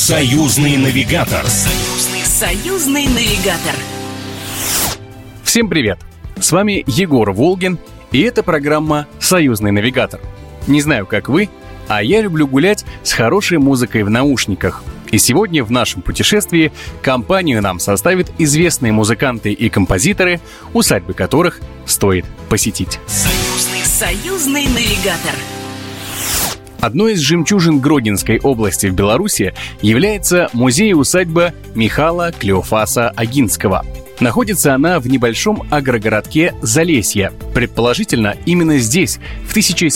Союзный навигатор. Союзный навигатор. Всем привет! С вами Егор Волгин, и это программа «Союзный навигатор». Не знаю, как вы, а я люблю гулять с хорошей музыкой в наушниках. И сегодня в нашем путешествии компанию нам составят известные музыканты и композиторы, усадьбы которых стоит посетить. Союзный навигатор. Одной из жемчужин Гродненской области в Беларуси является музей-усадьба Михала Клеофаса Агинского. Находится она в небольшом агрогородке Залесье. Предположительно, именно здесь в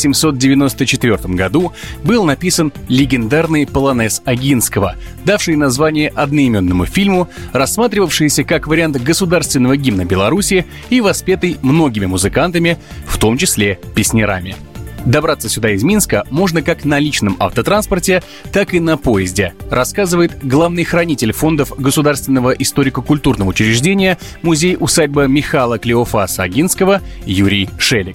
1794 году был написан легендарный полонез Агинского, давший название одноименному фильму, рассматривавшийся как вариант государственного гимна Беларуси и воспетый многими музыкантами, в том числе песнярами. Добраться сюда из Минска можно как на личном автотранспорте, так и на поезде, рассказывает главный хранитель фондов Государственного историко-культурного учреждения музей-усадьба Михала Клеофаса Агинского Юрий Шелик.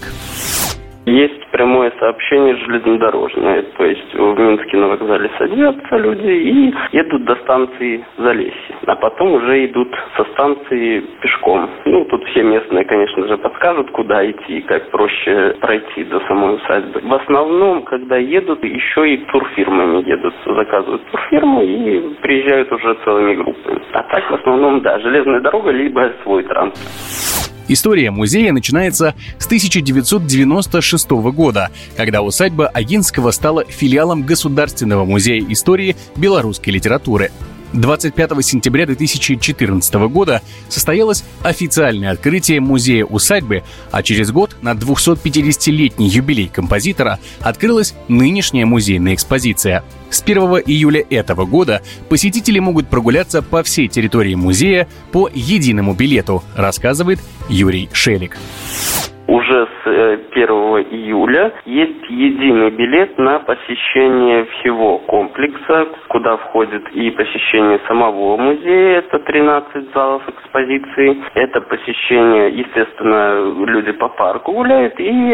Есть прямое сообщение железнодорожное, то есть в Минске на вокзале садятся люди и едут до станции Залесье, а потом уже идут со станции пешком. Тут все местные, конечно же, подскажут, куда идти, как проще пройти до самой усадьбы. В основном, когда едут, еще и турфирмами едут, заказывают турфирму и приезжают уже целыми группами. А так, в основном, железная дорога, либо свой транспорт. История музея начинается с 1996 года, когда усадьба Агинского стала филиалом Государственного музея истории белорусской литературы. 25 сентября 2014 года состоялось официальное открытие музея-усадьбы, а через год на 250-летний юбилей композитора открылась нынешняя музейная экспозиция. С 1 июля этого года посетители могут прогуляться по всей территории музея по единому билету, рассказывает Юрий Шелик. Уже с 1 июля есть единый билет на посещение всего комплекса, куда входит и посещение самого музея, это 13 залов экспозиции, это посещение, естественно, люди по парку гуляют,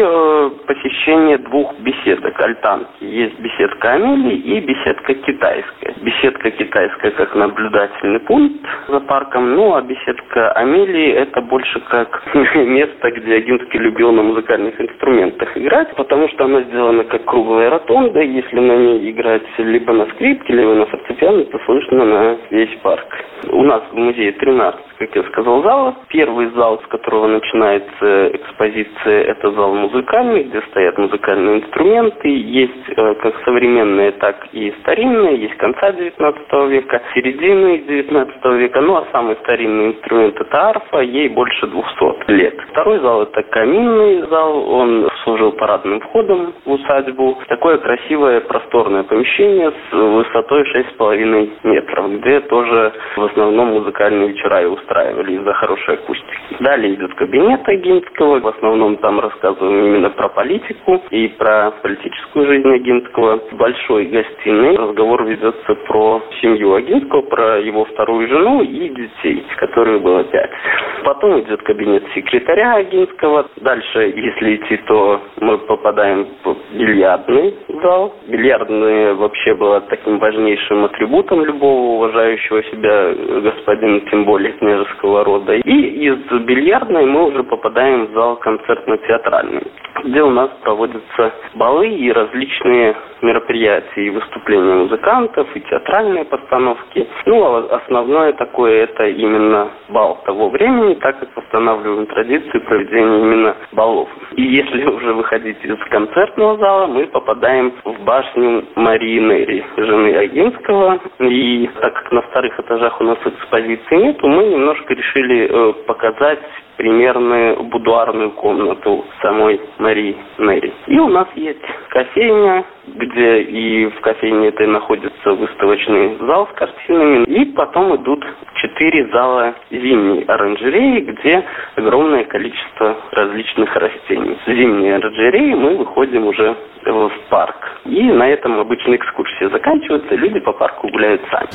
и посещение двух беседок, альтанки. Есть беседка Амелии и беседка Китайская. Беседка Китайская как наблюдательный пункт за парком, а беседка Амелии это больше как место, где Агинский любил на музыкальных инструментах играть, потому что она сделана как круглая ротонда, если на ней играть либо на скрипке, либо на фортепиано, то слышно на весь парк. У нас в музее 13, как я сказал, залов. Первый зал, с которого начинается экспозиция, это зал музыкальный, где стоят музыкальные инструменты. Есть как современные, так и старинные. Есть конца 19 века, середины 19 века. А самый старинный инструмент это арфа, ей больше 200 лет. Второй зал это каминный зал, он служил парадным входом в усадьбу. Такое красивое просторное помещение с высотой 6,5 метров, где тоже в основном музыкальные вечера и устраивали из-за хорошей акустики. Далее идет кабинет Агинского. В основном там рассказываем именно про политику и про политическую жизнь Агинского. В большой гостиной разговор ведется про семью Агинского, про его вторую жену и детей, которых было 5. Потом идет кабинет секретаря Агинского. Дальше, если идти, то мы попадаем в бильярдный зал. Бильярдный вообще было таким важнейшим атрибутом любого уважающего себя господина, тем более княжеского рода. И из бильярдной мы уже попадаем в зал концертно-театральный, где у нас проводятся балы и различные мероприятия, и выступления музыкантов, и театральные постановки. А основное такое это именно бал того времени, так как восстанавливаем традицию проведения именно балов. И если уже выходить из концертного зала, мы попадаем в башню Марии Нери, жены Агинского. И так как на вторых этажах у нас экспозиции нету, мы немножко решили показать примерную будуарную комнату самой Марии Нери. И у нас есть кофейня, где и в кофейне этой находится выставочный зал с картинами. И потом идут 4 зала зимней оранжереи, где огромное количество различных растений. С зимней оранжереи мы выходим уже в парк. И на этом обычно экскурсия заканчивается, люди по парку гуляют сами.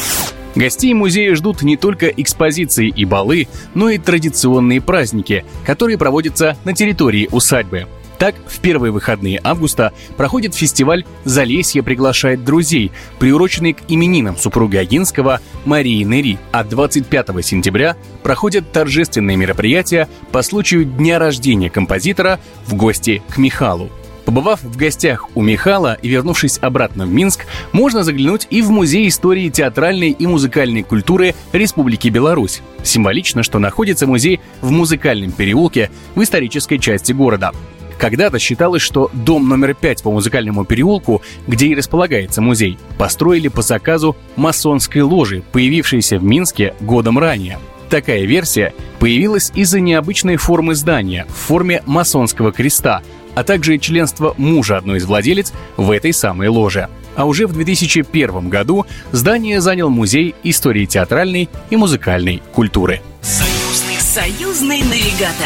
Гостей музея ждут не только экспозиции и балы, но и традиционные праздники, которые проводятся на территории усадьбы. Так, в первые выходные августа проходит фестиваль «Залесье приглашает друзей», приуроченный к именинам супруги Огинского Марии Нери. А 25 сентября проходят торжественные мероприятия по случаю дня рождения композитора в гости к Михалу. Побывав в гостях у Михала и вернувшись обратно в Минск, можно заглянуть и в Музей истории театральной и музыкальной культуры Республики Беларусь. Символично, что находится музей в музыкальном переулке в исторической части города. Когда-то считалось, что дом номер 5 по музыкальному переулку, где и располагается музей, построили по заказу масонской ложи, появившейся в Минске годом ранее. Такая версия появилась из-за необычной формы здания в форме масонского креста, а также членство мужа одной из владелец в этой самой ложе. А уже в 2001 году здание занял Музей истории театральной и музыкальной культуры. Союзный навигатор.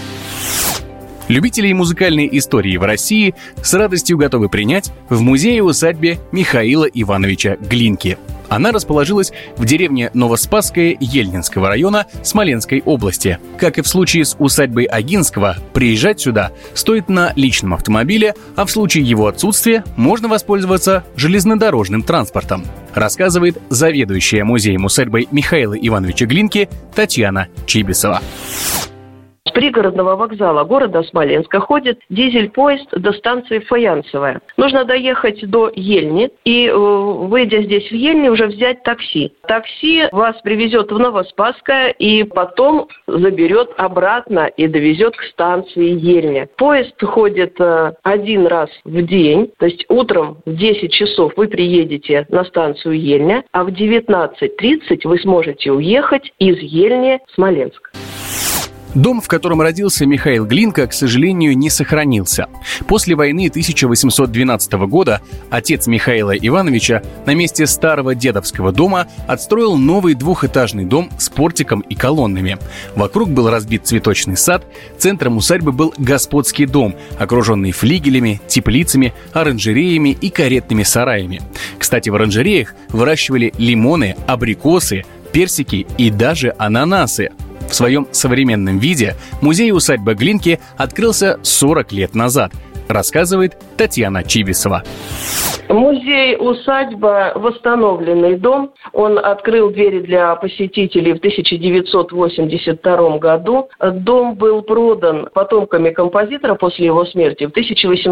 Любителей музыкальной истории в России с радостью готовы принять в музее-усадьбе Михаила Ивановича Глинки. Она расположилась в деревне Новоспасское Ельнинского района Смоленской области. Как и в случае с усадьбой Огинского, приезжать сюда стоит на личном автомобиле, а в случае его отсутствия можно воспользоваться железнодорожным транспортом, рассказывает заведующая музеем-усадьбой Михаила Ивановича Глинки Татьяна Чибисова. С пригородного вокзала города Смоленска ходит дизель-поезд до станции Фаянсовая. Нужно доехать до Ельни и, выйдя здесь в Ельне, уже взять такси. Такси вас привезет в Новоспасское и потом заберет обратно и довезет к станции Ельня. Поезд ходит один раз в день, то есть утром в 10 часов вы приедете на станцию Ельня, а в 19:30 вы сможете уехать из Ельни в Смоленск. Дом, в котором родился Михаил Глинка, к сожалению, не сохранился. После войны 1812 года отец Михаила Ивановича на месте старого дедовского дома отстроил новый двухэтажный дом с портиком и колоннами. Вокруг был разбит цветочный сад, центром усадьбы был господский дом, окруженный флигелями, теплицами, оранжереями и каретными сараями. Кстати, в оранжереях выращивали лимоны, абрикосы, персики и даже ананасы. В своем современном виде музей-усадьба Глинки открылся 40 лет назад, рассказывает Татьяна Чибисова. Музей-усадьба – восстановленный дом. Он открыл двери для посетителей в 1982 году. Дом был продан потомками композитора после его смерти в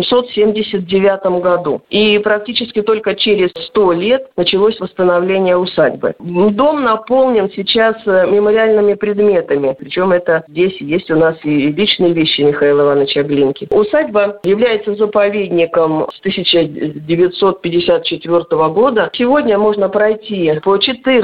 1879 году. И практически только через 100 лет началось восстановление усадьбы. Дом наполнен сейчас мемориальными предметами. Причем это здесь есть у нас и личные вещи Михаила Ивановича Глинки. Усадьба является заповедником с 1954 года. Сегодня можно пройти по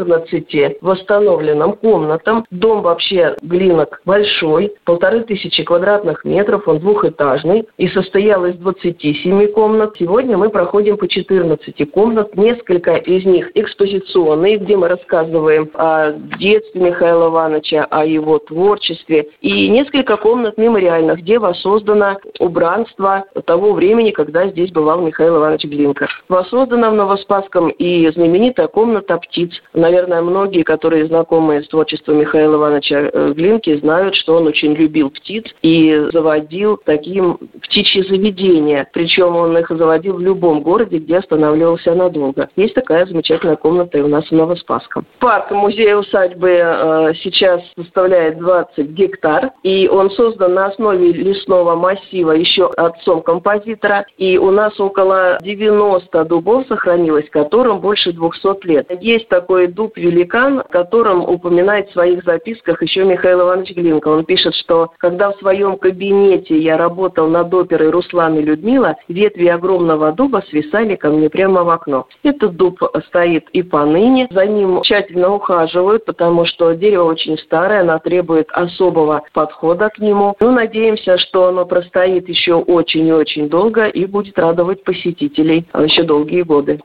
14 восстановленным комнатам. Дом вообще Глинок большой, 1500 квадратных метров, он двухэтажный и состоял из 27 комнат. Сегодня мы проходим по 14 комнат, несколько из них экспозиционные, где мы рассказываем о детстве Михаила Ивановича, о его творчестве, и несколько комнат мемориальных, где воссоздано убранство того времени, когда здесь бывал Михаил Иванович Глинка. Воссоздана в Новоспасском и знаменитая комната птиц. Наверное, многие, которые знакомы с творчеством Михаила Ивановича Глинки, знают, что он очень любил птиц и заводил такие птичьи заведения. Причем он их заводил в любом городе, где останавливался надолго. Есть такая замечательная комната и у нас в Новоспасском. Парк музея-усадьбы сейчас составляет 20 гектар, и он создан на основе лесного массива еще отцом композитора, и у нас около 90 дубов сохранилось, которым больше 200 лет. Есть такой дуб-великан, о котором упоминает в своих записках еще Михаил Иванович Глинка. Он пишет, что когда в своем кабинете я работал над оперой «Руслан и Людмила», ветви огромного дуба свисали ко мне прямо в окно. Этот дуб стоит и поныне. За ним тщательно ухаживают, потому что дерево очень старое, оно требует особого подхода к нему. Но надеемся, что оно простоит еще очень и очень долго и будет радовать посетителей еще долгие годы.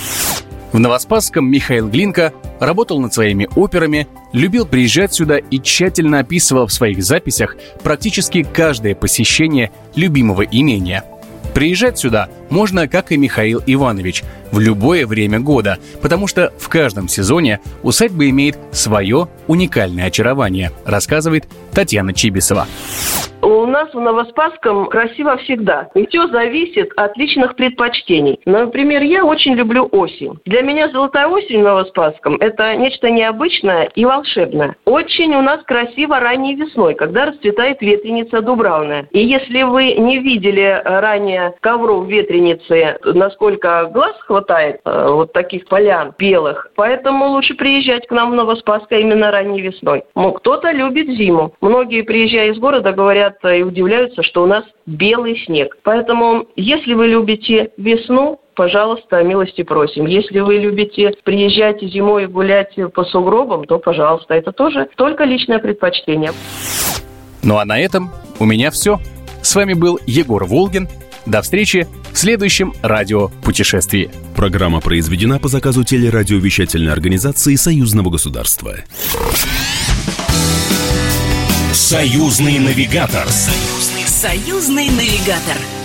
В Новоспасском Михаил Глинка работал над своими операми, любил приезжать сюда и тщательно описывал в своих записях практически каждое посещение любимого имения. Приезжать сюда можно, как и Михаил Иванович, в любое время года, потому что в каждом сезоне усадьба имеет свое уникальное очарование, рассказывает Татьяна Чибисова. У нас в Новоспасском красиво всегда. И все зависит от личных предпочтений. Например, я очень люблю осень. Для меня золотая осень в Новоспасском – это нечто необычное и волшебное. Очень у нас красиво ранней весной, когда расцветает ветреница дубравная. И если вы не видели ранее ковров ветреницы, насколько глаз хватает вот таких полян белых, поэтому лучше приезжать к нам в Новоспасское именно ранней весной. Кто-то любит зиму. Многие, приезжая из города, говорят и удивляются, что у нас белый снег. Поэтому, если вы любите весну, пожалуйста, милости просим. Если вы любите приезжать зимой и гулять по сугробам, то, пожалуйста, это тоже только личное предпочтение. Ну а на этом у меня все. С вами был Егор Волгин. До встречи в следующем радиопутешествии. Программа произведена по заказу телерадиовещательной организации Союзного государства. Союзный навигатор. Союзный навигатор.